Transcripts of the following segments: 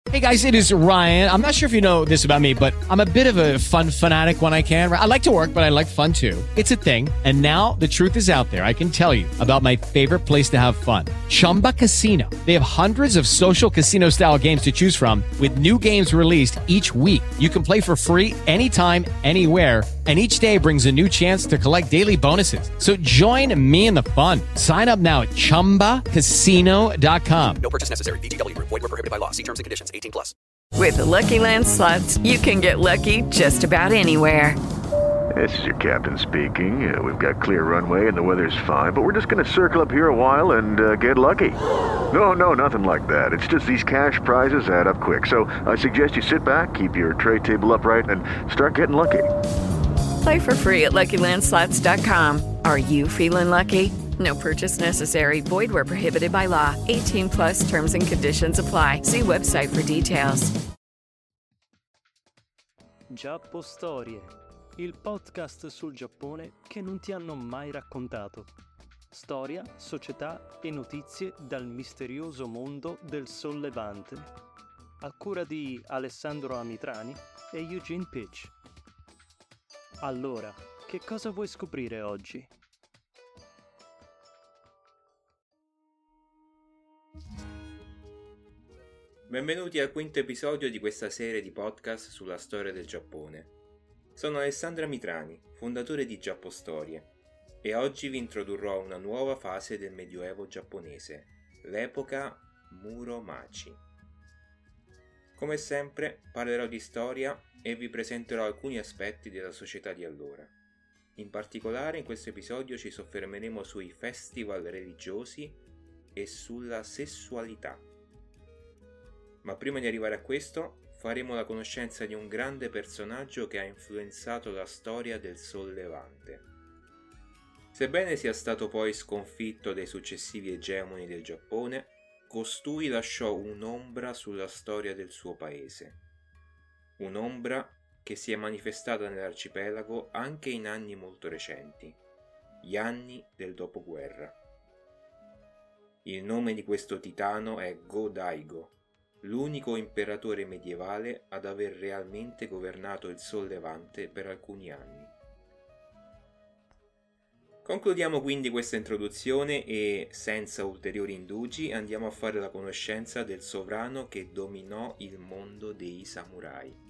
Hey guys, it is Ryan. I'm not sure if you know this about me, but I'm a bit of a fun fanatic when I can. I like to work, but I like fun too. It's a thing. And now the truth is out there. I can tell you about my favorite place to have fun. Chumba Casino. They have hundreds of social casino style games to choose from with new games released each week. You can play for free anytime, anywhere. And each day brings a new chance to collect daily bonuses. So join me in the fun. Sign up now at ChumbaCasino.com. No purchase necessary. VGW Group. Void where prohibited by law. See terms and conditions. 18 plus. With the Lucky Land Slots, you can get lucky just about anywhere. This is your captain speaking. We've got clear runway and the weather's fine, but we're just going to circle up here a while and get lucky. No, nothing like that. It's just these cash prizes add up quick. So I suggest you sit back, keep your tray table upright, and start getting lucky. Play for free at LuckyLandSlots.com. Are you feeling lucky? No purchase necessary. Void where prohibited by law. 18 plus terms and conditions apply. See website for details. Giappo Storie, il podcast sul Giappone che non ti hanno mai raccontato. Storia, società e notizie dal misterioso mondo del Sollevante. A cura di Alessandro Amitrani e Eugene Pitch. Allora, che cosa vuoi scoprire oggi? Benvenuti al quinto episodio di questa serie di podcast sulla storia del Giappone. Sono Alessandro Amitrani, fondatore di Giappo Storie, e oggi vi introdurrò una nuova fase del Medioevo giapponese, l'epoca Muromachi. Come sempre parlerò di storia e vi presenterò alcuni aspetti della società di allora. In particolare in questo episodio ci soffermeremo sui festival religiosi e sulla sessualità. Ma prima di arrivare a questo, faremo la conoscenza di un grande personaggio che ha influenzato la storia del Sollevante. Sebbene sia stato poi sconfitto dai successivi egemoni del Giappone, costui lasciò un'ombra sulla storia del suo paese. Un'ombra che si è manifestata nell'arcipelago anche in anni molto recenti, gli anni del dopoguerra. Il nome di questo titano è Go-Daigo, l'unico imperatore medievale ad aver realmente governato il Sollevante per alcuni anni. Concludiamo quindi questa introduzione e, senza ulteriori indugi, andiamo a fare la conoscenza del sovrano che dominò il mondo dei samurai.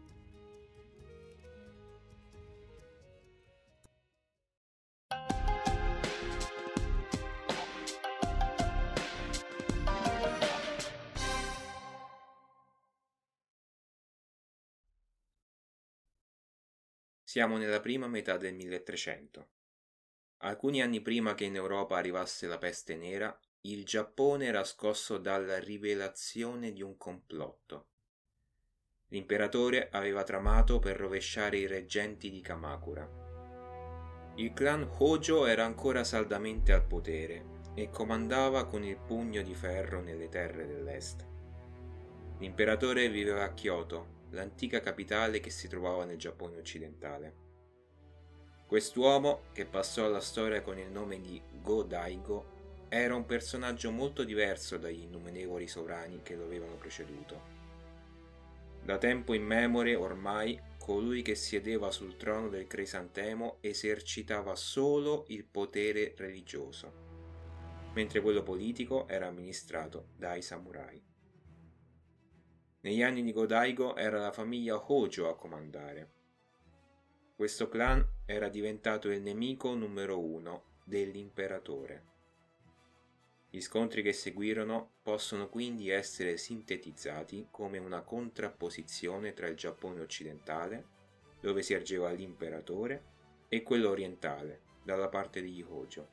Siamo nella prima metà del 1300. Alcuni anni prima che in Europa arrivasse la peste nera, il Giappone era scosso dalla rivelazione di un complotto. L'imperatore aveva tramato per rovesciare i reggenti di Kamakura. Il clan Hojo era ancora saldamente al potere e comandava con il pugno di ferro nelle terre dell'est. L'imperatore viveva a Kyoto, l'antica capitale che si trovava nel Giappone occidentale. Quest'uomo, che passò alla storia con il nome di Go-Daigo, era un personaggio molto diverso dagli innumerevoli sovrani che lo avevano preceduto. Da tempo immemore, ormai, colui che siedeva sul trono del Crisantemo esercitava solo il potere religioso, mentre quello politico era amministrato dai samurai. Negli anni di Go-Daigo era la famiglia Hojo a comandare. Questo clan era diventato il nemico numero 1 dell'imperatore. Gli scontri che seguirono possono quindi essere sintetizzati come una contrapposizione tra il Giappone occidentale, dove si ergeva l'imperatore, e quello orientale, dalla parte degli Hojo.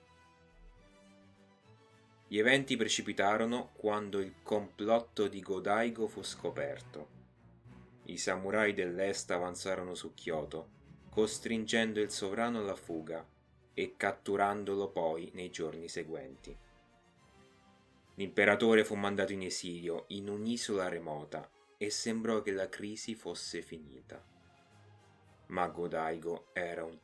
Gli eventi precipitarono quando il complotto di Go-Daigo fu scoperto. I samurai dell'est avanzarono su Kyoto, costringendo il sovrano alla fuga e catturandolo poi nei giorni seguenti. L'imperatore fu mandato in esilio in un'isola remota e sembrò che la crisi fosse finita. Ma Go-Daigo era un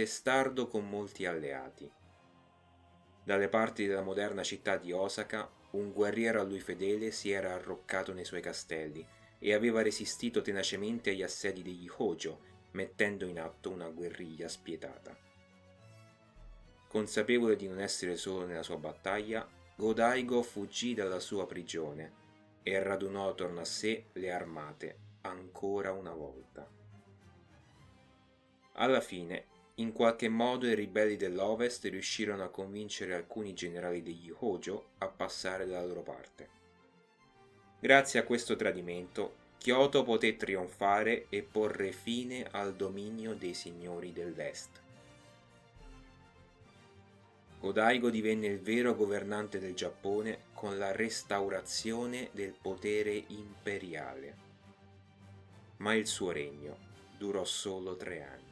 testardo con molti alleati. Dalle parti della moderna città di Osaka un guerriero a lui fedele si era arroccato nei suoi castelli e aveva resistito tenacemente agli assedi degli Hojo, mettendo in atto una guerriglia spietata. Consapevole di non essere solo nella sua battaglia, Go-Daigo fuggì dalla sua prigione e radunò attorno a sé le armate ancora una volta. Alla fine, in qualche modo i ribelli dell'Ovest riuscirono a convincere alcuni generali degli Hojo a passare dalla loro parte. Grazie a questo tradimento, Kyoto poté trionfare e porre fine al dominio dei signori dell'Est. Go-Daigo divenne il vero governante del Giappone con la restaurazione del potere imperiale. Ma il suo regno durò solo 3 anni.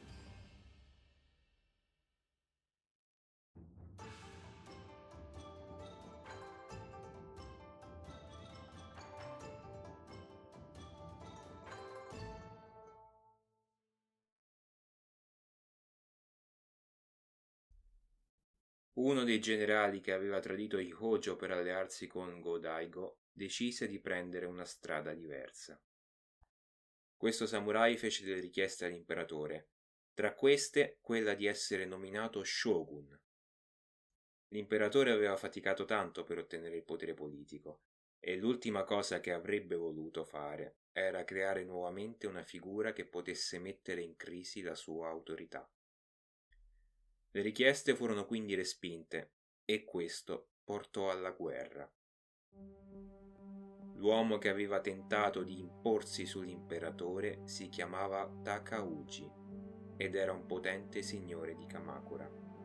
Uno dei generali che aveva tradito i Hojo per allearsi con Go-Daigo decise di prendere una strada diversa. Questo samurai fece delle richieste all'imperatore, tra queste quella di essere nominato shogun. L'imperatore aveva faticato tanto per ottenere il potere politico e l'ultima cosa che avrebbe voluto fare era creare nuovamente una figura che potesse mettere in crisi la sua autorità. Le richieste furono quindi respinte e questo portò alla guerra. L'uomo che aveva tentato di imporsi sull'imperatore si chiamava Takauji ed era un potente signore di Kamakura.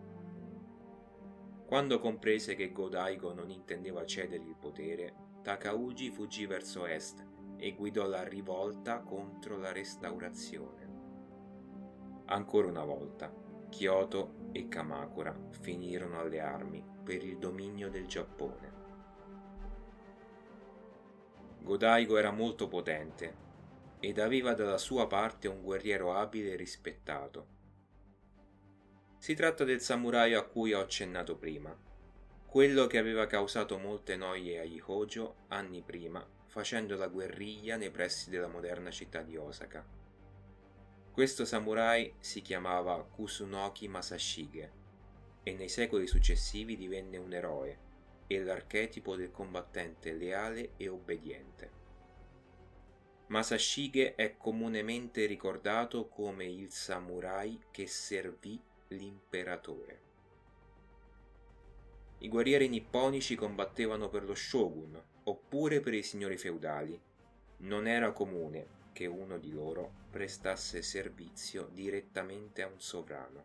Quando comprese che Go-Daigo non intendeva cedergli il potere, Takauji fuggì verso est e guidò la rivolta contro la restaurazione. Ancora una volta, Kyoto e Kamakura finirono alle armi per il dominio del Giappone. Go-Daigo era molto potente ed aveva dalla sua parte un guerriero abile e rispettato. Si tratta del samurai a cui ho accennato prima, quello che aveva causato molte noie agli Hojo anni prima facendo la guerriglia nei pressi della moderna città di Osaka. Questo samurai si chiamava Kusunoki Masashige e nei secoli successivi divenne un eroe e l'archetipo del combattente leale e obbediente. Masashige è comunemente ricordato come il samurai che servì l'imperatore. I guerrieri nipponici combattevano per lo shogun oppure per i signori feudali. Non era comune che uno di loro prestasse servizio direttamente a un sovrano.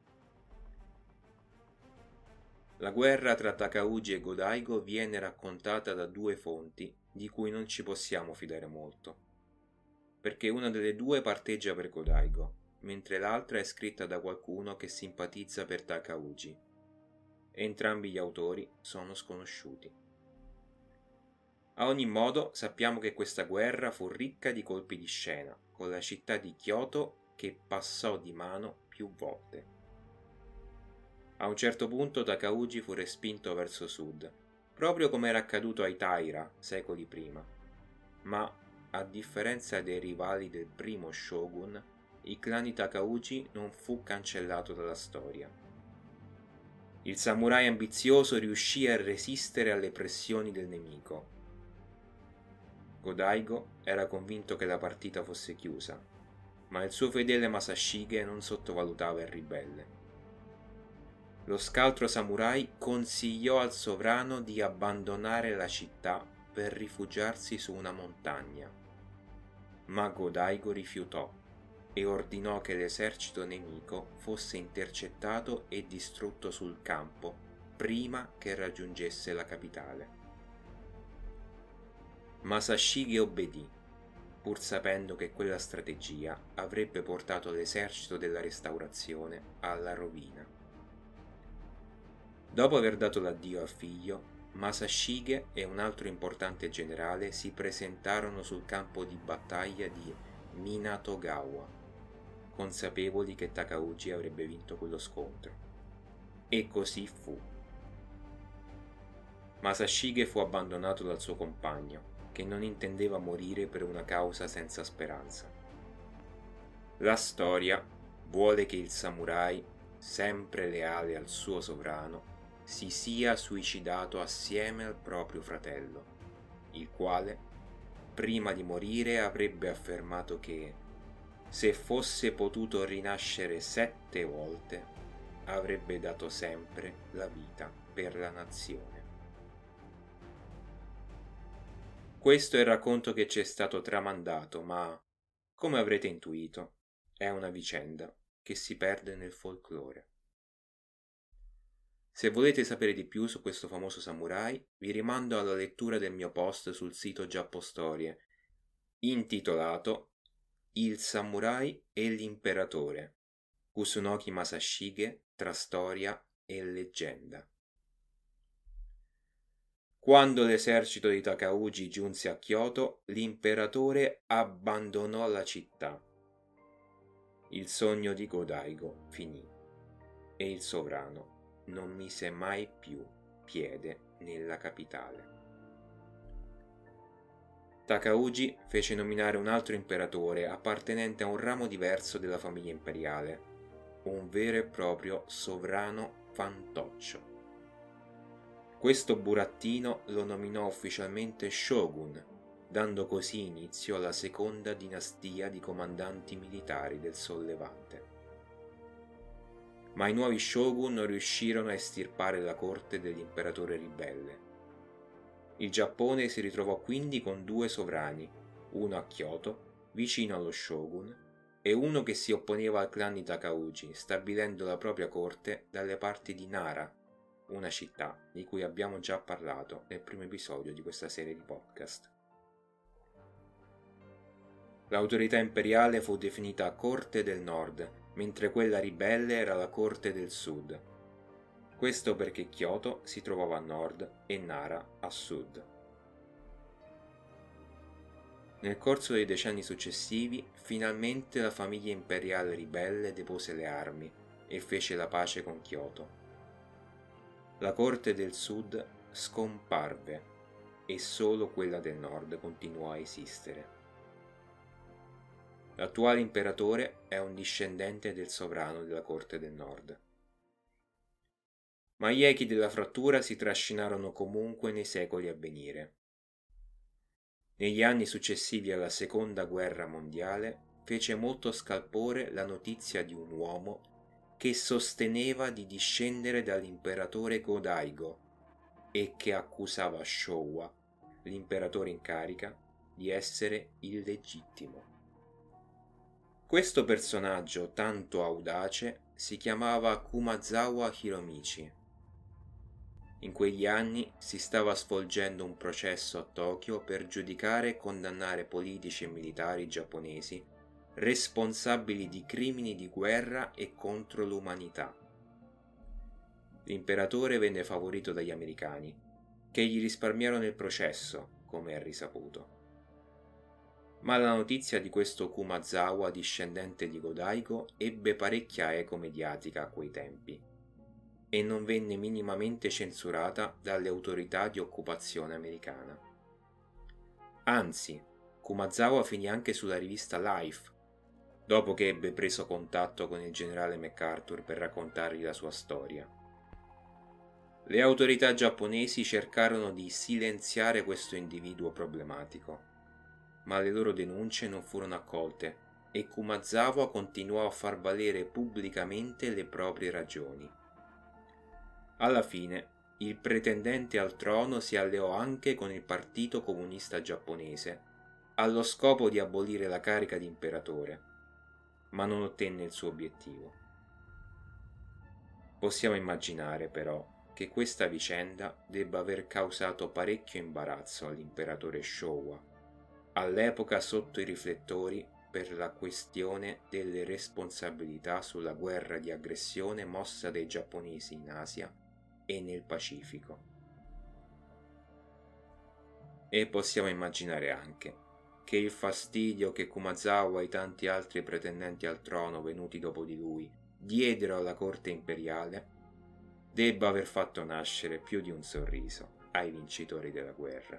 La guerra tra Takauji e Go-Daigo viene raccontata da 2 fonti di cui non ci possiamo fidare molto, perché una delle 2 parteggia per Go-Daigo, mentre l'altra è scritta da qualcuno che simpatizza per Takauji. Entrambi gli autori sono sconosciuti. A ogni modo, sappiamo che questa guerra fu ricca di colpi di scena, con la città di Kyoto che passò di mano più volte. A un certo punto Takauji fu respinto verso sud, proprio come era accaduto ai Taira secoli prima. Ma, a differenza dei rivali del primo shogun, il clan di Takauji non fu cancellato dalla storia. Il samurai ambizioso riuscì a resistere alle pressioni del nemico. Go-Daigo era convinto che la partita fosse chiusa, ma il suo fedele Masashige non sottovalutava il ribelle. Lo scaltro samurai consigliò al sovrano di abbandonare la città per rifugiarsi su una montagna, ma Go-Daigo rifiutò e ordinò che l'esercito nemico fosse intercettato e distrutto sul campo prima che raggiungesse la capitale. Masashige obbedì, pur sapendo che quella strategia avrebbe portato l'esercito della restaurazione alla rovina. Dopo aver dato l'addio al figlio, Masashige e un altro importante generale si presentarono sul campo di battaglia di Minatogawa, consapevoli che Takauji avrebbe vinto quello scontro. E così fu. Masashige fu abbandonato dal suo compagno, che non intendeva morire per una causa senza speranza. La storia vuole che il samurai, sempre leale al suo sovrano, si sia suicidato assieme al proprio fratello, il quale, prima di morire, avrebbe affermato che, se fosse potuto rinascere 7 volte, avrebbe dato sempre la vita per la nazione. Questo è il racconto che ci è stato tramandato, ma, come avrete intuito, è una vicenda che si perde nel folklore. Se volete sapere di più su questo famoso samurai, vi rimando alla lettura del mio post sul sito Giappostorie, intitolato Il samurai e l'imperatore, Kusunoki Masashige tra storia e leggenda. Quando l'esercito di Takauji giunse a Kyoto, l'imperatore abbandonò la città. Il sogno di Go-Daigo finì e il sovrano non mise mai più piede nella capitale. Takauji fece nominare un altro imperatore appartenente a un ramo diverso della famiglia imperiale, un vero e proprio sovrano fantoccio. Questo burattino lo nominò ufficialmente shogun, dando così inizio alla seconda dinastia di comandanti militari del Sollevante. Ma i nuovi shogun non riuscirono a estirpare la corte dell'imperatore ribelle. Il Giappone si ritrovò quindi con 2 sovrani, uno a Kyoto, vicino allo shogun, e uno che si opponeva al clan di Takauji, stabilendo la propria corte dalle parti di Nara, una città di cui abbiamo già parlato nel primo episodio di questa serie di podcast. L'autorità imperiale fu definita Corte del Nord, mentre quella ribelle era la Corte del Sud. Questo perché Kyoto si trovava a nord e Nara a sud. Nel corso dei decenni successivi, finalmente la famiglia imperiale ribelle depose le armi e fece la pace con Kyoto. La Corte del Sud scomparve e solo quella del Nord continuò a esistere. L'attuale imperatore è un discendente del sovrano della Corte del Nord. Ma gli echi della frattura si trascinarono comunque nei secoli a venire. Negli anni successivi alla Seconda Guerra Mondiale fece molto scalpore la notizia di un uomo che sosteneva di discendere dall'imperatore Go-Daigo e che accusava Showa, l'imperatore in carica, di essere illegittimo. Questo personaggio tanto audace si chiamava Kumazawa Hiromichi. In quegli anni si stava svolgendo un processo a Tokyo per giudicare e condannare politici e militari giapponesi responsabili di crimini di guerra e contro l'umanità. L'imperatore venne favorito dagli americani, che gli risparmiarono il processo, come è risaputo. Ma la notizia di questo Kumazawa discendente di Go-Daigo ebbe parecchia eco mediatica a quei tempi e non venne minimamente censurata dalle autorità di occupazione americana. Anzi, Kumazawa finì anche sulla rivista Life, dopo che ebbe preso contatto con il generale MacArthur per raccontargli la sua storia. Le autorità giapponesi cercarono di silenziare questo individuo problematico, ma le loro denunce non furono accolte e Kumazawa continuò a far valere pubblicamente le proprie ragioni. Alla fine, il pretendente al trono si alleò anche con il Partito Comunista Giapponese, allo scopo di abolire la carica di imperatore, ma non ottenne il suo obiettivo. Possiamo immaginare, però, che questa vicenda debba aver causato parecchio imbarazzo all'imperatore Showa, all'epoca sotto i riflettori per la questione delle responsabilità sulla guerra di aggressione mossa dai giapponesi in Asia e nel Pacifico. E possiamo immaginare anche che il fastidio che Kumazawa e tanti altri pretendenti al trono venuti dopo di lui diedero alla corte imperiale debba aver fatto nascere più di un sorriso ai vincitori della guerra.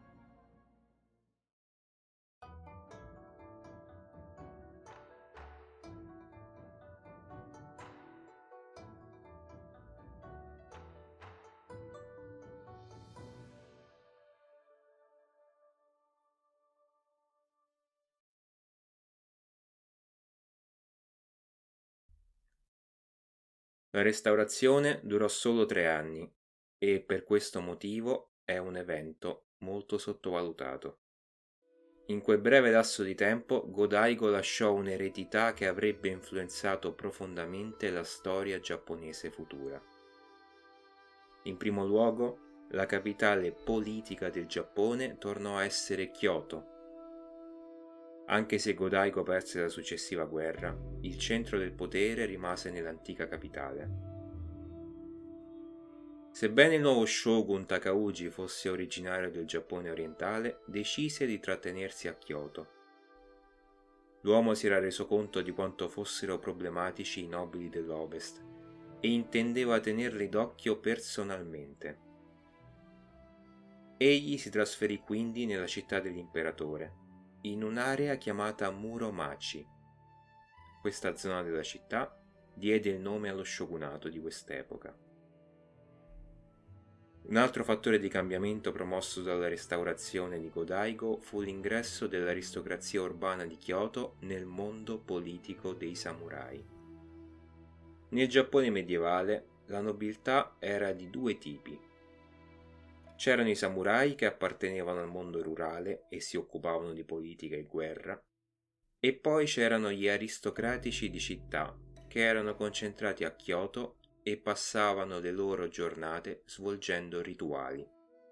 La restaurazione durò solo 3 anni e per questo motivo è un evento molto sottovalutato. In quel breve lasso di tempo Go-Daigo lasciò un'eredità che avrebbe influenzato profondamente la storia giapponese futura. In primo luogo, la capitale politica del Giappone tornò a essere Kyoto. Anche se Go-Daigo perse la successiva guerra, il centro del potere rimase nell'antica capitale. Sebbene il nuovo shogun Takauji fosse originario del Giappone orientale, decise di trattenersi a Kyoto. L'uomo si era reso conto di quanto fossero problematici i nobili dell'Ovest e intendeva tenerli d'occhio personalmente. Egli si trasferì quindi nella città dell'imperatore, in un'area chiamata Muromachi. Questa zona della città diede il nome allo shogunato di quest'epoca. Un altro fattore di cambiamento promosso dalla restaurazione di Go-Daigo fu l'ingresso dell'aristocrazia urbana di Kyoto nel mondo politico dei samurai. Nel Giappone medievale la nobiltà era di 2 tipi. C'erano i samurai che appartenevano al mondo rurale e si occupavano di politica e guerra, e poi c'erano gli aristocratici di città che erano concentrati a Kyoto e passavano le loro giornate svolgendo rituali.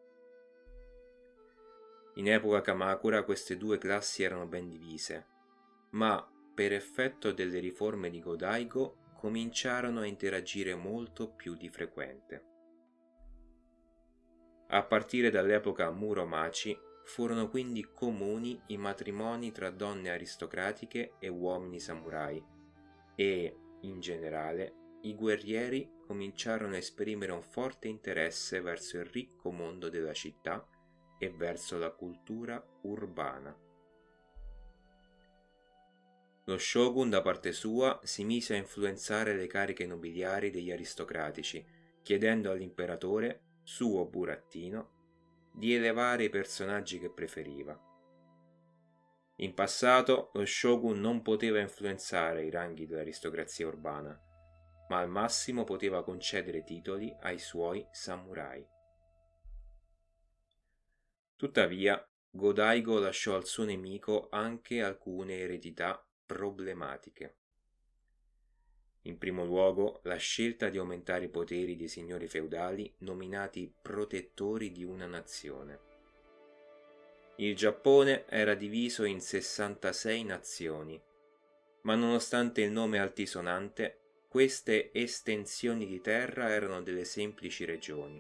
In epoca Kamakura queste 2 classi erano ben divise, ma per effetto delle riforme di Go-Daigo cominciarono a interagire molto più di frequente. A partire dall'epoca Muromachi furono quindi comuni i matrimoni tra donne aristocratiche e uomini samurai e, in generale, i guerrieri cominciarono a esprimere un forte interesse verso il ricco mondo della città e verso la cultura urbana. Lo shogun da parte sua si mise a influenzare le cariche nobiliari degli aristocratici, chiedendo all'imperatore, suo burattino, di elevare i personaggi che preferiva. In passato lo shogun non poteva influenzare i ranghi dell'aristocrazia urbana, ma al massimo poteva concedere titoli ai suoi samurai. Tuttavia, Go-Daigo lasciò al suo nemico anche alcune eredità problematiche. In primo luogo, la scelta di aumentare i poteri dei signori feudali nominati protettori di una nazione. Il Giappone era diviso in 66 nazioni, ma nonostante il nome altisonante, queste estensioni di terra erano delle semplici regioni.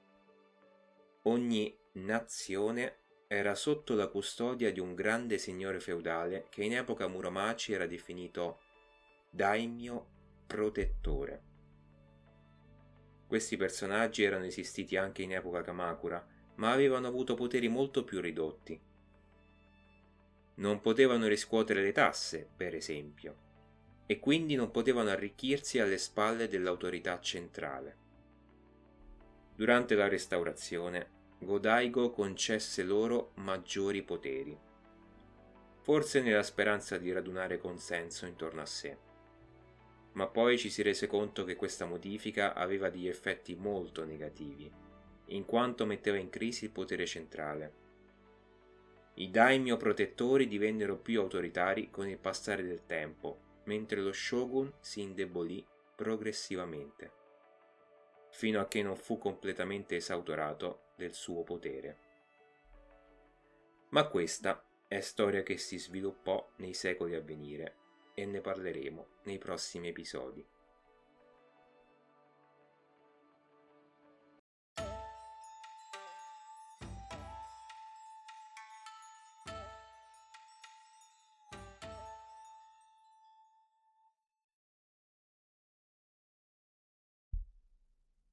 Ogni nazione era sotto la custodia di un grande signore feudale che in epoca Muromachi era definito daimyo protettore. Questi personaggi erano esistiti anche in epoca Kamakura, ma avevano avuto poteri molto più ridotti. Non potevano riscuotere le tasse, per esempio, e quindi non potevano arricchirsi alle spalle dell'autorità centrale. Durante la restaurazione, Go-Daigo concesse loro maggiori poteri, forse nella speranza di radunare consenso intorno a sé. Ma poi ci si rese conto che questa modifica aveva degli effetti molto negativi, in quanto metteva in crisi il potere centrale. I daimyo protettori divennero più autoritari con il passare del tempo, mentre lo shogun si indebolì progressivamente, fino a che non fu completamente esautorato del suo potere. Ma questa è storia che si sviluppò nei secoli a venire, e ne parleremo nei prossimi episodi.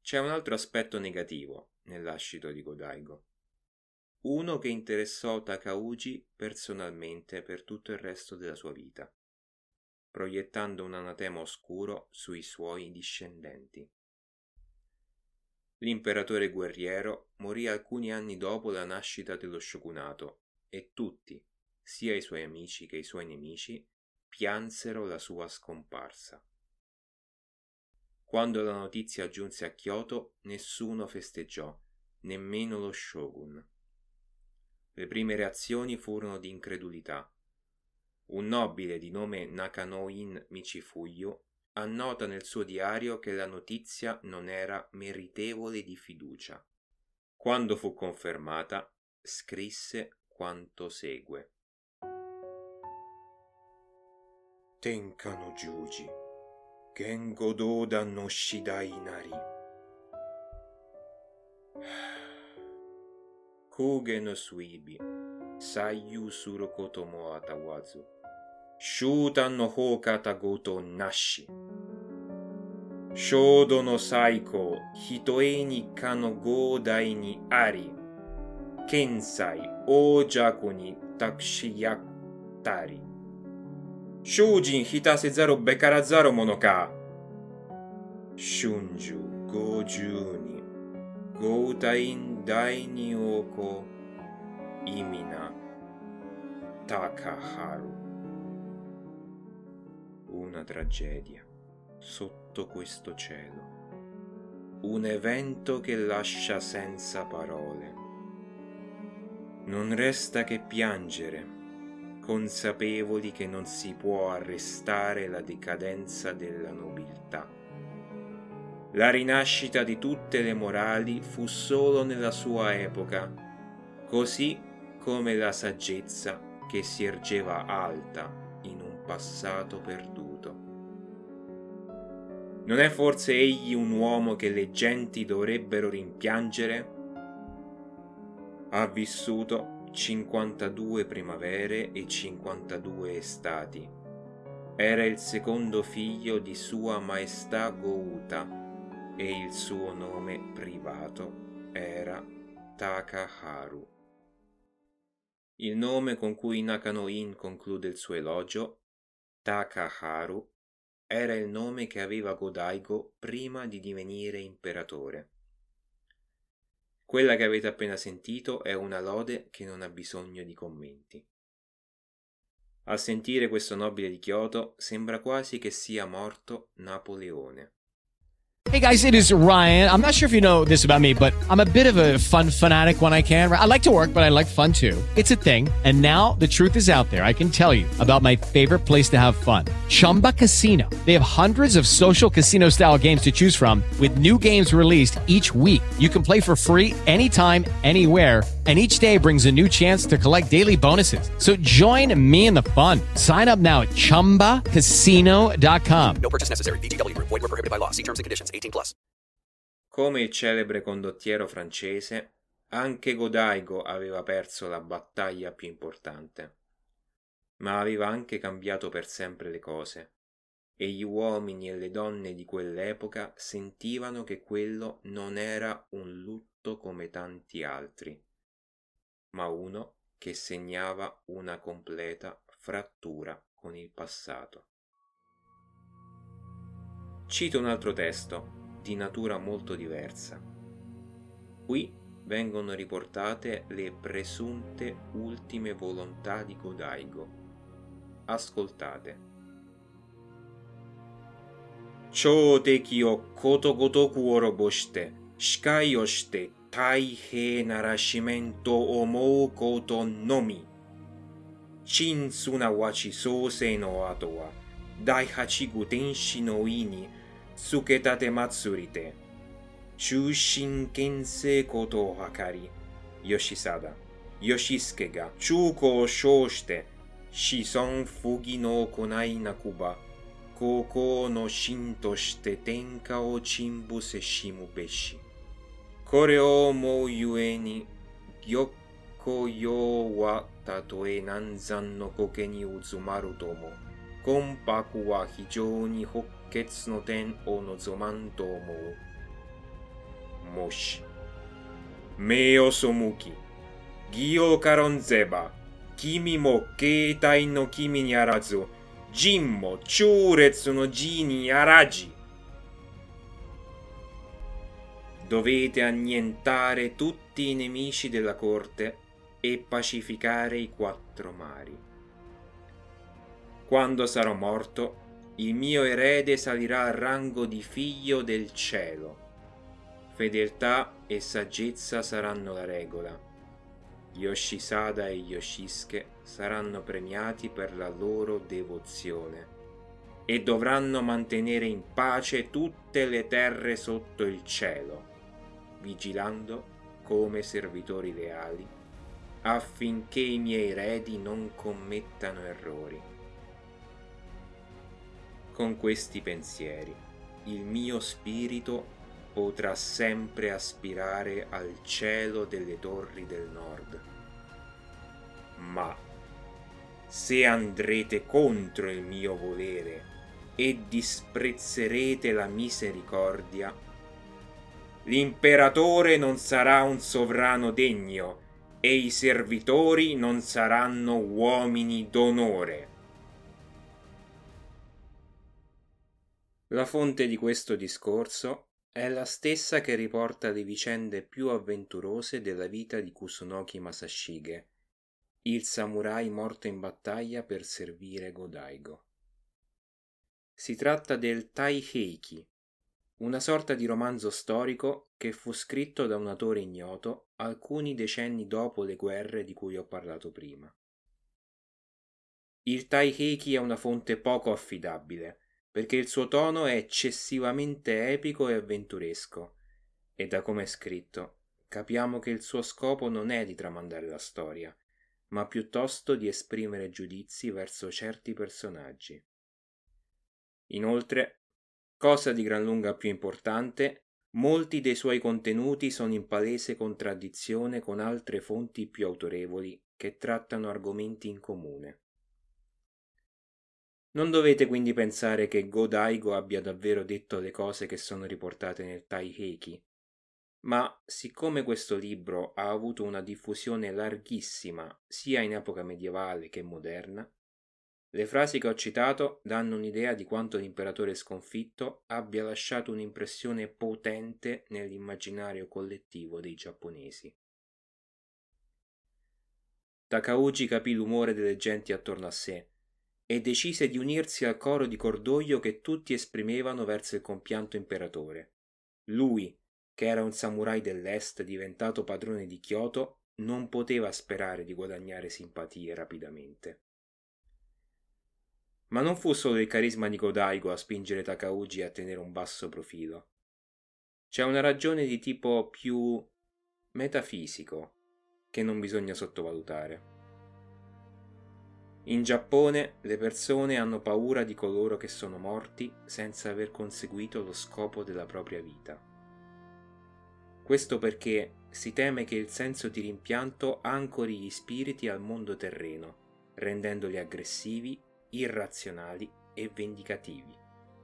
C'è un altro aspetto negativo nel lascito di Go-Daigo. Uno che interessò Takauji personalmente per tutto il resto della sua vita, proiettando un anatema oscuro sui suoi discendenti. L'imperatore guerriero morì alcuni anni dopo la nascita dello shogunato e tutti, sia i suoi amici che i suoi nemici, piansero la sua scomparsa. Quando la notizia giunse a Kyoto, nessuno festeggiò, nemmeno lo shogun. Le prime reazioni furono di incredulità. Un nobile di nome Nakano-in Michifuyu annota nel suo diario che la notizia non era meritevole di fiducia. Quando fu confermata, scrisse quanto segue. Tenka no Juji, Gengo Doda no Shidai Nari. Kuge no Suibi, Saiyu Suru Koto mo Atawazu. Shutan no Hokata Goto Nashi. Shodo no Saiko, Hitoe ni Kano Godai ni Ari. Kensai, Ojaku ni Takushiyaku Tari. Shujin Hitase Zaro Bekara Zaro Monoka. Shunju Goju ni Goutain Dai ni Oko Imina Takaharu. Una tragedia sotto questo cielo. Un evento che lascia senza parole. Non resta che piangere, consapevoli che non si può arrestare la decadenza della nobiltà. La rinascita di tutte le morali fu solo nella sua epoca, così come la saggezza che si ergeva alta in un passato perduto. Non è forse egli un uomo che le genti dovrebbero rimpiangere? Ha vissuto 52 primavere e 52 estati. Era il secondo figlio di Sua Maestà Gouta e il suo nome privato era Takaharu. Il nome con cui Nakano-in conclude il suo elogio, Takaharu, era il nome che aveva Go-Daigo prima di divenire imperatore. Quella che avete appena sentito è una lode che non ha bisogno di commenti. A sentire questo nobile di Kyoto sembra quasi che sia morto Napoleone. Hey guys, it is Ryan. I'm not sure if you know this about me, but I'm a bit of a fun fanatic when I can. I like to work, but I like fun too. It's a thing. And now the truth is out there. I can tell you about my favorite place to have fun. Chumba Casino. They have hundreds of social casino style games to choose from with new games released each week. You can play for free anytime, anywhere. And each day brings a new chance to collect daily bonuses. So join me in the fun. Sign up now at ChumbaCasino.com. No purchase necessary. VGW Group. Void where prohibited by law. See terms and conditions. 18+. Come il celebre condottiero francese, anche Go-Daigo aveva perso la battaglia più importante. Ma aveva anche cambiato per sempre le cose. E gli uomini e le donne di quell'epoca sentivano che quello non era un lutto come tanti altri, ma uno che segnava una completa frattura con il passato. Cito un altro testo, di natura molto diversa. Qui vengono riportate le presunte ultime volontà di Go-Daigo. Ascoltate. Chou teki o koto gotoku oroboshite, shikai o shite taihei narashimento o omou koto nomi. Shinsuna wa chisosei no ato wa Daihachigu Tenshi no ii ni tsuketate matsurite. Chūshin kensei koto o hakari. Yoshisada, Yoshisuke ga chūko o shōshite shison fugi no konai nakuba kōkō no shin to shite tenka o chimbuse shimu beshi. Kore o omou yue ni gyokko yo wa tatoe nanzan no koke ni uzumaru tomo konpaku wa hijou ni hokketsu no ten o nozoman to omou. Moshi. Meo Somuki. Gyo Karonzeba. Kimi mo Keitai no Kimi ni Arazu. Jinmo Churetsu no Ji ni Araji. Dovete annientare tutti i nemici della corte e pacificare i 4 mari. Quando sarò morto, il mio erede salirà al rango di figlio del cielo. Fedeltà e saggezza saranno la regola. Yoshisada e Yoshisuke saranno premiati per la loro devozione e dovranno mantenere in pace tutte le terre sotto il cielo, vigilando come servitori leali affinché i miei eredi non commettano errori. Con questi pensieri, il mio spirito potrà sempre aspirare al cielo delle torri del nord. Ma se andrete contro il mio volere e disprezzerete la misericordia, l'imperatore non sarà un sovrano degno e i servitori non saranno uomini d'onore. La fonte di questo discorso è la stessa che riporta le vicende più avventurose della vita di Kusunoki Masashige, il samurai morto in battaglia per servire Go-Daigo. Si tratta del Taiheiki, una sorta di romanzo storico che fu scritto da un autore ignoto alcuni decenni dopo le guerre di cui ho parlato prima. Il Taiheiki è una fonte poco affidabile, perché il suo tono è eccessivamente epico e avventuresco, e da come è scritto capiamo che il suo scopo non è di tramandare la storia, ma piuttosto di esprimere giudizi verso certi personaggi. Inoltre, cosa di gran lunga più importante, molti dei suoi contenuti sono in palese contraddizione con altre fonti più autorevoli che trattano argomenti in comune. Non dovete quindi pensare che Go-Daigo abbia davvero detto le cose che sono riportate nel Taiheiki, ma siccome questo libro ha avuto una diffusione larghissima sia in epoca medievale che moderna, le frasi che ho citato danno un'idea di quanto l'imperatore sconfitto abbia lasciato un'impressione potente nell'immaginario collettivo dei giapponesi. Takauji capì l'umore delle genti attorno a sé e decise di unirsi al coro di cordoglio che tutti esprimevano verso il compianto imperatore. Lui, che era un samurai dell'est diventato padrone di Kyoto, non poteva sperare di guadagnare simpatie rapidamente. Ma non fu solo il carisma di Go-Daigo a spingere Takauji a tenere un basso profilo. C'è una ragione di tipo più metafisico che non bisogna sottovalutare. In Giappone le persone hanno paura di coloro che sono morti senza aver conseguito lo scopo della propria vita. Questo perché si teme che il senso di rimpianto ancori gli spiriti al mondo terreno, rendendoli aggressivi, irrazionali e vendicativi.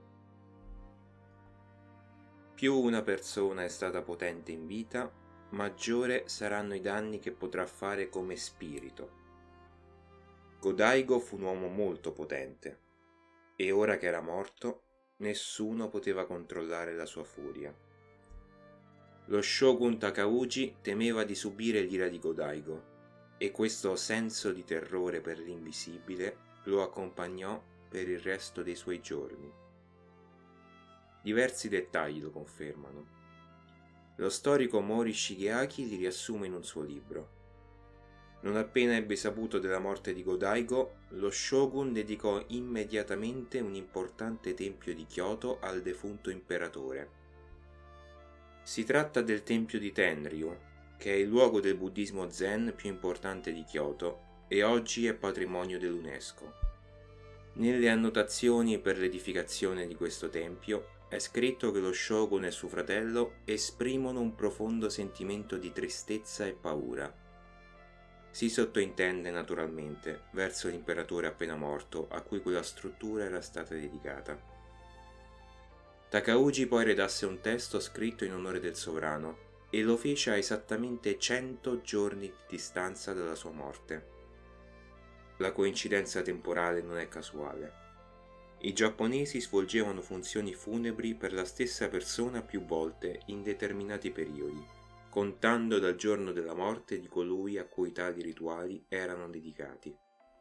Più una persona è stata potente in vita, maggiore saranno i danni che potrà fare come spirito. Go-Daigo fu un uomo molto potente, e ora che era morto, nessuno poteva controllare la sua furia. Lo shogun Takauji temeva di subire l'ira di Go-Daigo, e questo senso di terrore per l'invisibile lo accompagnò per il resto dei suoi giorni. Diversi dettagli lo confermano. Lo storico Mori Shigeaki li riassume in un suo libro. Non appena ebbe saputo della morte di Go-Daigo, lo shogun dedicò immediatamente un importante tempio di Kyoto al defunto imperatore. Si tratta del tempio di Tenryu, che è il luogo del buddismo zen più importante di Kyoto e oggi è patrimonio dell'UNESCO. Nelle annotazioni per l'edificazione di questo tempio è scritto che lo shogun e suo fratello esprimono un profondo sentimento di tristezza e paura. Si sottointende naturalmente verso l'imperatore appena morto a cui quella struttura era stata dedicata. Takauji poi redasse un testo scritto in onore del sovrano e lo fece a esattamente 100 giorni di distanza dalla sua morte. La coincidenza temporale non è casuale. I giapponesi svolgevano funzioni funebri per la stessa persona più volte in determinati periodi, contando dal giorno della morte di colui a cui tali rituali erano dedicati.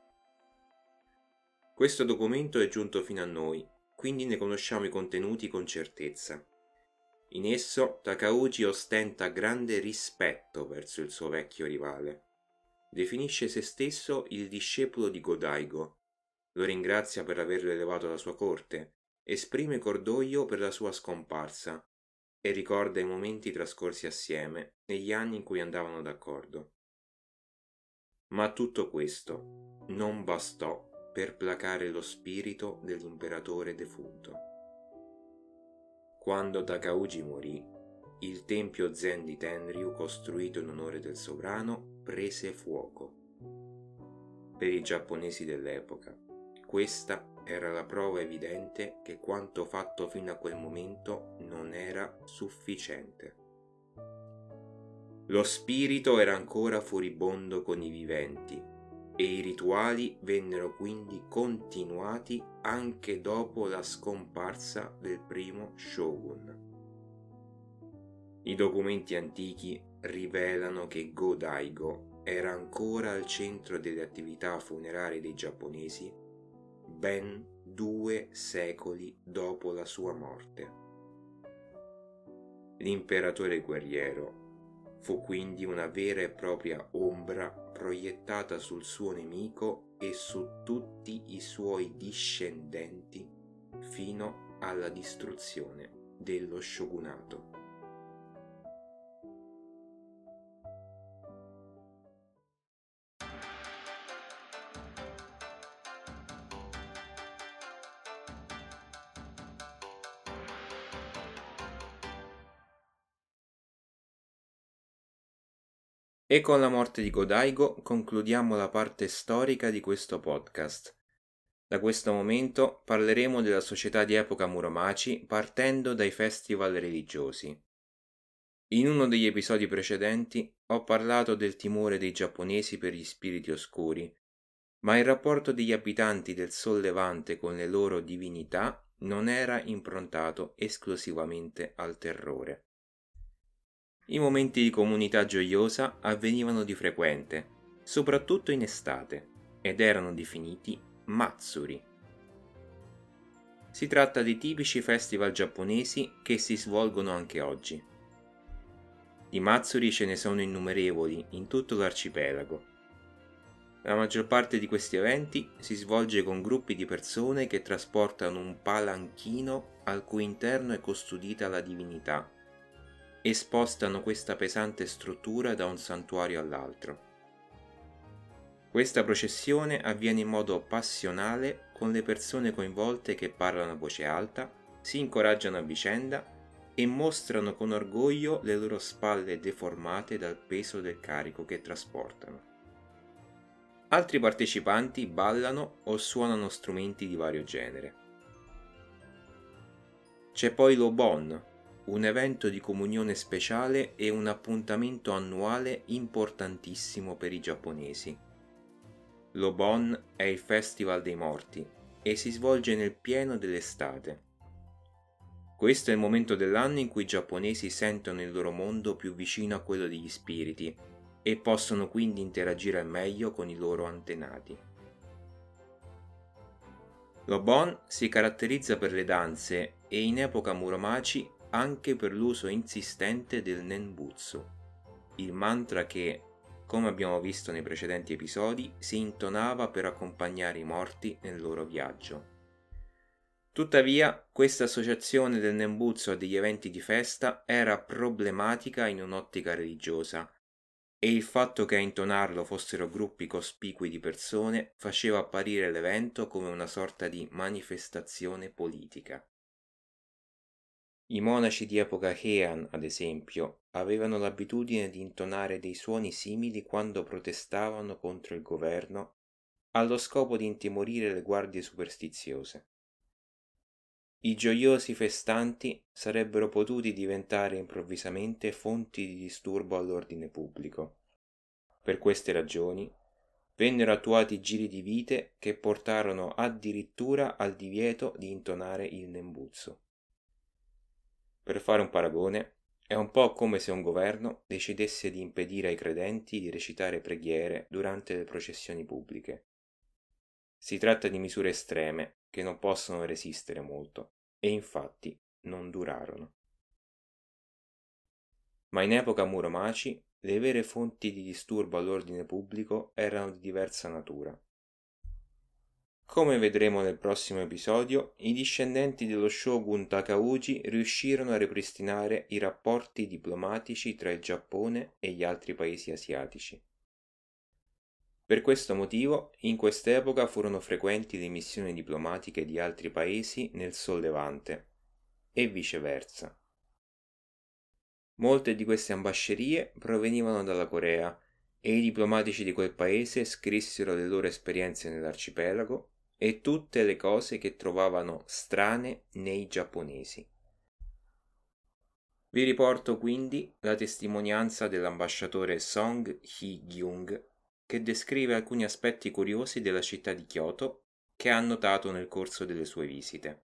Questo documento è giunto fino a noi, quindi ne conosciamo i contenuti con certezza. In esso Takauji ostenta grande rispetto verso il suo vecchio rivale. Definisce se stesso il discepolo di Go-Daigo, lo ringrazia per averlo elevato alla sua corte, esprime cordoglio per la sua scomparsa e ricorda i momenti trascorsi assieme negli anni in cui andavano d'accordo. Ma tutto questo non bastò per placare lo spirito dell'imperatore defunto. Quando Takauji morì, il tempio zen di Tenryu, costruito in onore del sovrano, prese fuoco. Per i giapponesi dell'epoca, questa era la prova evidente che quanto fatto fino a quel momento non era sufficiente. Lo spirito era ancora furibondo con i viventi e i rituali vennero quindi continuati anche dopo la scomparsa del primo shogun. I documenti antichi rivelano che Go-Daigo era ancora al centro delle attività funerarie dei giapponesi ben 2 secoli dopo la sua morte. L'imperatore guerriero fu quindi una vera e propria ombra proiettata sul suo nemico e su tutti i suoi discendenti fino alla distruzione dello shogunato. E con la morte di Go-Daigo concludiamo la parte storica di questo podcast. Da questo momento parleremo della società di epoca Muromachi partendo dai festival religiosi. In uno degli episodi precedenti ho parlato del timore dei giapponesi per gli spiriti oscuri, ma il rapporto degli abitanti del Sol Levante con le loro divinità non era improntato esclusivamente al terrore. I momenti di comunità gioiosa avvenivano di frequente, soprattutto in estate, ed erano definiti matsuri. Si tratta di tipici festival giapponesi che si svolgono anche oggi. Di matsuri ce ne sono innumerevoli in tutto l'arcipelago. La maggior parte di questi eventi si svolge con gruppi di persone che trasportano un palanchino al cui interno è custodita la divinità e spostano questa pesante struttura da un santuario all'altro. Questa processione avviene in modo passionale con le persone coinvolte che parlano a voce alta, si incoraggiano a vicenda e mostrano con orgoglio le loro spalle deformate dal peso del carico che trasportano. Altri partecipanti ballano o suonano strumenti di vario genere. C'è poi l'Obon, un evento di comunione speciale e un appuntamento annuale importantissimo per i giapponesi. L'Obon è il Festival dei Morti e si svolge nel pieno dell'estate. Questo è il momento dell'anno in cui i giapponesi sentono il loro mondo più vicino a quello degli spiriti e possono quindi interagire al meglio con i loro antenati. L'Obon si caratterizza per le danze e in epoca Muromachi anche per l'uso insistente del Nenbutsu, il mantra che, come abbiamo visto nei precedenti episodi, si intonava per accompagnare i morti nel loro viaggio. Tuttavia, questa associazione del Nenbutsu a degli eventi di festa era problematica in un'ottica religiosa, e il fatto che a intonarlo fossero gruppi cospicui di persone faceva apparire l'evento come una sorta di manifestazione politica. I monaci di epoca Heian, ad esempio, avevano l'abitudine di intonare dei suoni simili quando protestavano contro il governo, allo scopo di intimorire le guardie superstiziose. I gioiosi festanti sarebbero potuti diventare improvvisamente fonti di disturbo all'ordine pubblico. Per queste ragioni vennero attuati giri di vite che portarono addirittura al divieto di intonare il Nembuzzo. Per fare un paragone, è un po' come se un governo decidesse di impedire ai credenti di recitare preghiere durante le processioni pubbliche. Si tratta di misure estreme che non possono resistere molto, e infatti non durarono. Ma in epoca Muromaci le vere fonti di disturbo all'ordine pubblico erano di diversa natura. Come vedremo nel prossimo episodio, i discendenti dello shogun Takauji riuscirono a ripristinare i rapporti diplomatici tra il Giappone e gli altri paesi asiatici. Per questo motivo, in quest'epoca furono frequenti le missioni diplomatiche di altri paesi nel Sollevante, e viceversa. Molte di queste ambascerie provenivano dalla Corea e i diplomatici di quel paese scrissero le loro esperienze nell'arcipelago e tutte le cose che trovavano strane nei giapponesi. Vi riporto quindi la testimonianza dell'ambasciatore Song Hee-gyung, che descrive alcuni aspetti curiosi della città di Kyoto che ha notato nel corso delle sue visite.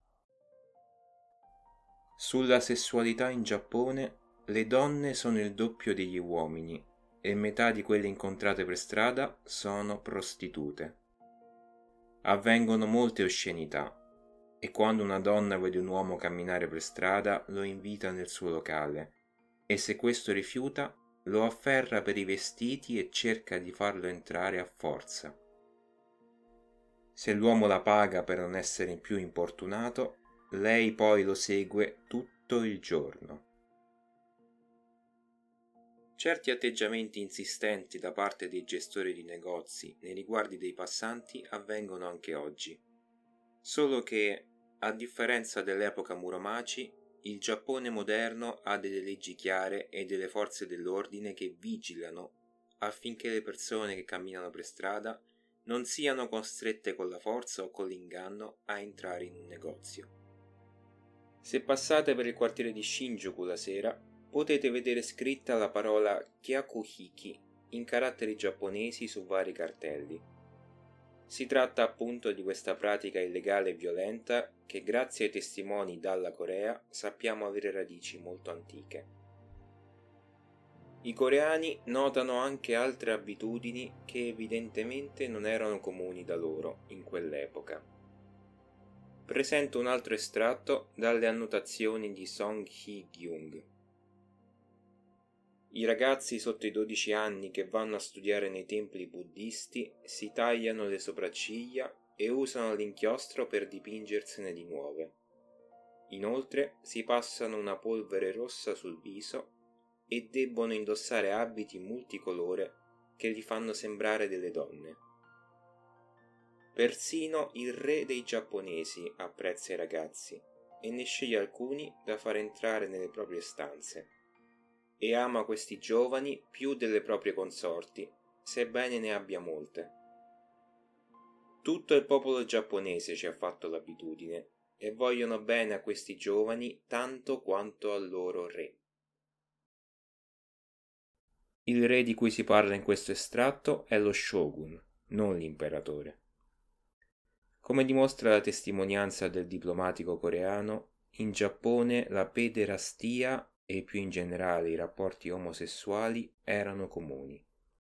Sulla sessualità in Giappone, le donne sono il doppio degli uomini e metà di quelle incontrate per strada sono prostitute. Avvengono molte oscenità e quando una donna vede un uomo camminare per strada lo invita nel suo locale e se questo rifiuta lo afferra per i vestiti e cerca di farlo entrare a forza. Se l'uomo la paga per non essere più importunato, lei poi lo segue tutto il giorno. Certi atteggiamenti insistenti da parte dei gestori di negozi nei riguardi dei passanti avvengono anche oggi, solo che, a differenza dell'epoca Muromaci, il Giappone moderno ha delle leggi chiare e delle forze dell'ordine che vigilano affinché le persone che camminano per strada non siano costrette con la forza o con l'inganno a entrare in un negozio. Se passate per il quartiere di Shinjuku la sera, potete vedere scritta la parola Kyakuhiki in caratteri giapponesi su vari cartelli. Si tratta appunto di questa pratica illegale e violenta che grazie ai testimoni dalla Corea sappiamo avere radici molto antiche. I coreani notano anche altre abitudini che evidentemente non erano comuni da loro in quell'epoca. Presento un altro estratto dalle annotazioni di Song Hee-gyung. I ragazzi sotto i 12 anni che vanno a studiare nei templi buddisti si tagliano le sopracciglia e usano l'inchiostro per dipingersene di nuove. Inoltre si passano una polvere rossa sul viso e debbono indossare abiti multicolore che li fanno sembrare delle donne. Persino il re dei giapponesi apprezza i ragazzi e ne sceglie alcuni da far entrare nelle proprie stanze. E ama questi giovani più delle proprie consorti, sebbene ne abbia molte. Tutto il popolo giapponese ci ha fatto l'abitudine e vogliono bene a questi giovani tanto quanto al loro re. Il re di cui si parla in questo estratto è lo shogun, non l'imperatore. Come dimostra la testimonianza del diplomatico coreano, in Giappone la pederastia e più in generale i rapporti omosessuali erano comuni.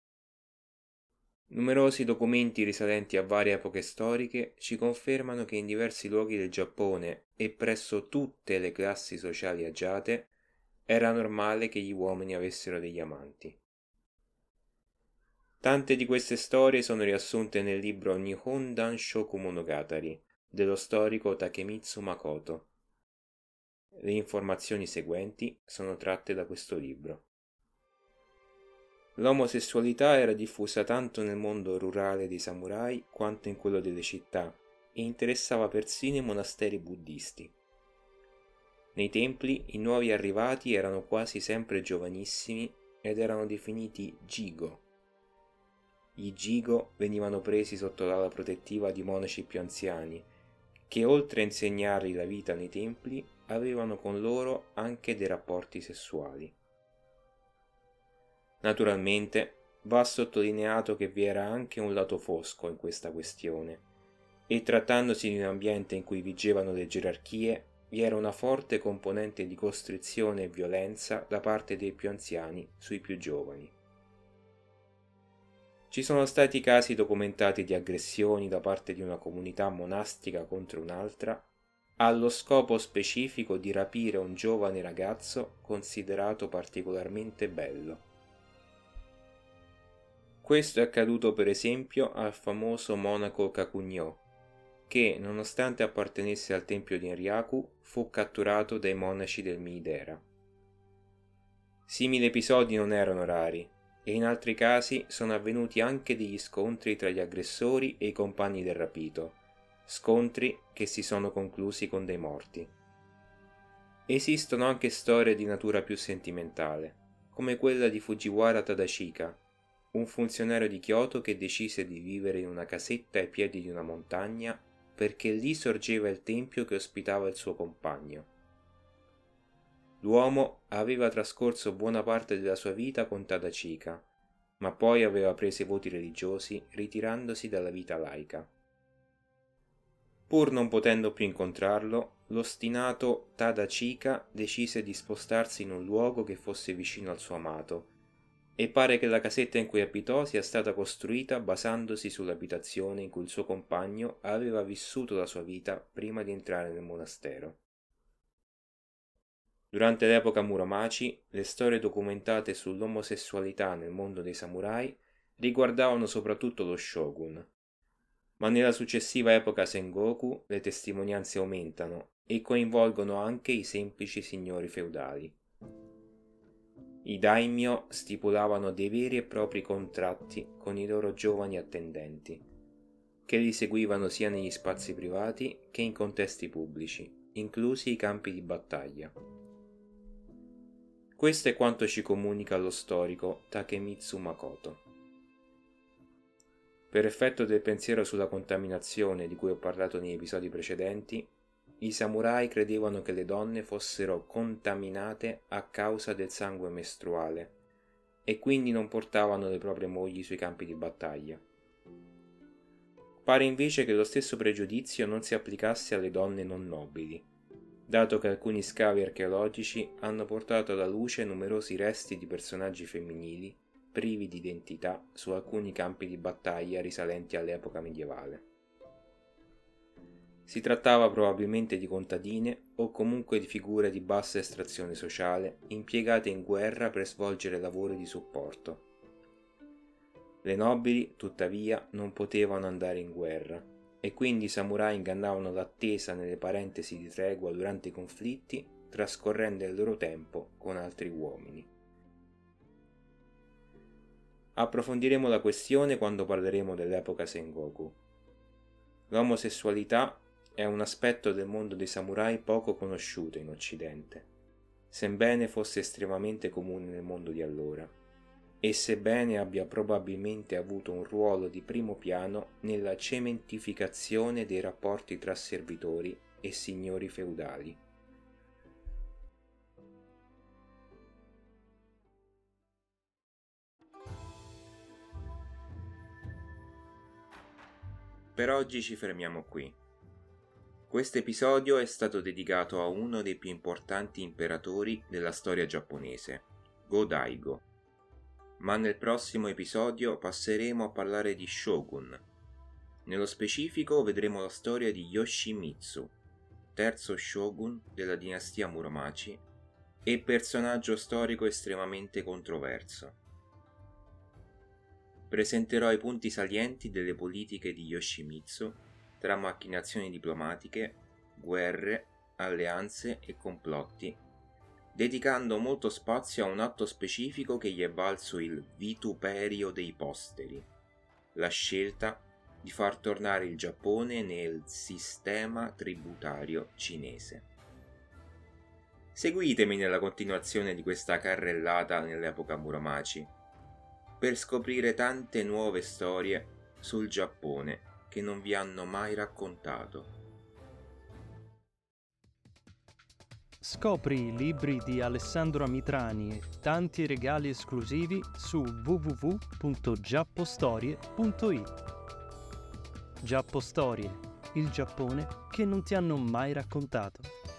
Numerosi documenti risalenti a varie epoche storiche ci confermano che in diversi luoghi del Giappone e presso tutte le classi sociali agiate era normale che gli uomini avessero degli amanti. Tante di queste storie sono riassunte nel libro Nihon Danshoku Monogatari dello storico Takemitsu Makoto. Le informazioni seguenti sono tratte da questo libro. L'omosessualità era diffusa tanto nel mondo rurale dei samurai quanto in quello delle città e interessava persino i monasteri buddisti. Nei templi i nuovi arrivati erano quasi sempre giovanissimi ed erano definiti jigo. Gli jigo venivano presi sotto l'ala protettiva di monaci più anziani, che oltre a insegnargli la vita nei templi, avevano con loro anche dei rapporti sessuali. Naturalmente va sottolineato che vi era anche un lato fosco in questa questione, e trattandosi di un ambiente in cui vigevano le gerarchie, vi era una forte componente di costrizione e violenza da parte dei più anziani sui più giovani. Ci sono stati casi documentati di aggressioni da parte di una comunità monastica contro un'altra, allo scopo specifico di rapire un giovane ragazzo considerato particolarmente bello. Questo è accaduto per esempio al famoso monaco Kakunyō, che, nonostante appartenesse al tempio di Enryaku, fu catturato dai monaci del Miidera. Simili episodi non erano rari, e in altri casi sono avvenuti anche degli scontri tra gli aggressori e i compagni del rapito, scontri che si sono conclusi con dei morti. Esistono anche storie di natura più sentimentale, come quella di Fujiwara Tadashika, un funzionario di Kyoto che decise di vivere in una casetta ai piedi di una montagna perché lì sorgeva il tempio che ospitava il suo compagno. L'uomo aveva trascorso buona parte della sua vita con Tadashika, ma poi aveva preso i voti religiosi ritirandosi dalla vita laica. Pur non potendo più incontrarlo, l'ostinato Tadashika decise di spostarsi in un luogo che fosse vicino al suo amato, e pare che la casetta in cui abitò sia stata costruita basandosi sull'abitazione in cui il suo compagno aveva vissuto la sua vita prima di entrare nel monastero. Durante l'epoca Muromachi, le storie documentate sull'omosessualità nel mondo dei samurai riguardavano soprattutto lo shogun, ma nella successiva epoca Sengoku le testimonianze aumentano e coinvolgono anche i semplici signori feudali. I daimyo stipulavano dei veri e propri contratti con i loro giovani attendenti, che li seguivano sia negli spazi privati che in contesti pubblici, inclusi i campi di battaglia. Questo è quanto ci comunica lo storico Takemitsu Makoto. Per effetto del pensiero sulla contaminazione di cui ho parlato negli episodi precedenti, i samurai credevano che le donne fossero contaminate a causa del sangue mestruale e quindi non portavano le proprie mogli sui campi di battaglia. Pare invece che lo stesso pregiudizio non si applicasse alle donne non nobili, dato che alcuni scavi archeologici hanno portato alla luce numerosi resti di personaggi femminili privi di identità su alcuni campi di battaglia risalenti all'epoca medievale. Si trattava probabilmente di contadine o comunque di figure di bassa estrazione sociale impiegate in guerra per svolgere lavori di supporto. Le nobili, tuttavia, non potevano andare in guerra e quindi i samurai ingannavano l'attesa nelle parentesi di tregua durante i conflitti, trascorrendo il loro tempo con altri uomini. Approfondiremo la questione quando parleremo dell'epoca Sengoku. L'omosessualità è un aspetto del mondo dei samurai poco conosciuto in Occidente, sebbene fosse estremamente comune nel mondo di allora, e sebbene abbia probabilmente avuto un ruolo di primo piano nella cementificazione dei rapporti tra servitori e signori feudali. Per oggi ci fermiamo qui. Questo episodio è stato dedicato a uno dei più importanti imperatori della storia giapponese, Go-Daigo. Ma nel prossimo episodio passeremo a parlare di shogun. Nello specifico vedremo la storia di Yoshimitsu, terzo shogun della dinastia Muromachi e personaggio storico estremamente controverso. Presenterò i punti salienti delle politiche di Yoshimitsu tra macchinazioni diplomatiche, guerre, alleanze e complotti, dedicando molto spazio a un atto specifico che gli è valso il vituperio dei posteri, la scelta di far tornare il Giappone nel sistema tributario cinese. Seguitemi nella continuazione di questa carrellata nell'epoca Muromachi, per scoprire tante nuove storie sul Giappone che non vi hanno mai raccontato. Scopri i libri di Alessandro Amitrani e tanti regali esclusivi su www.giappostorie.it. Giappo Storie, il Giappone che non ti hanno mai raccontato.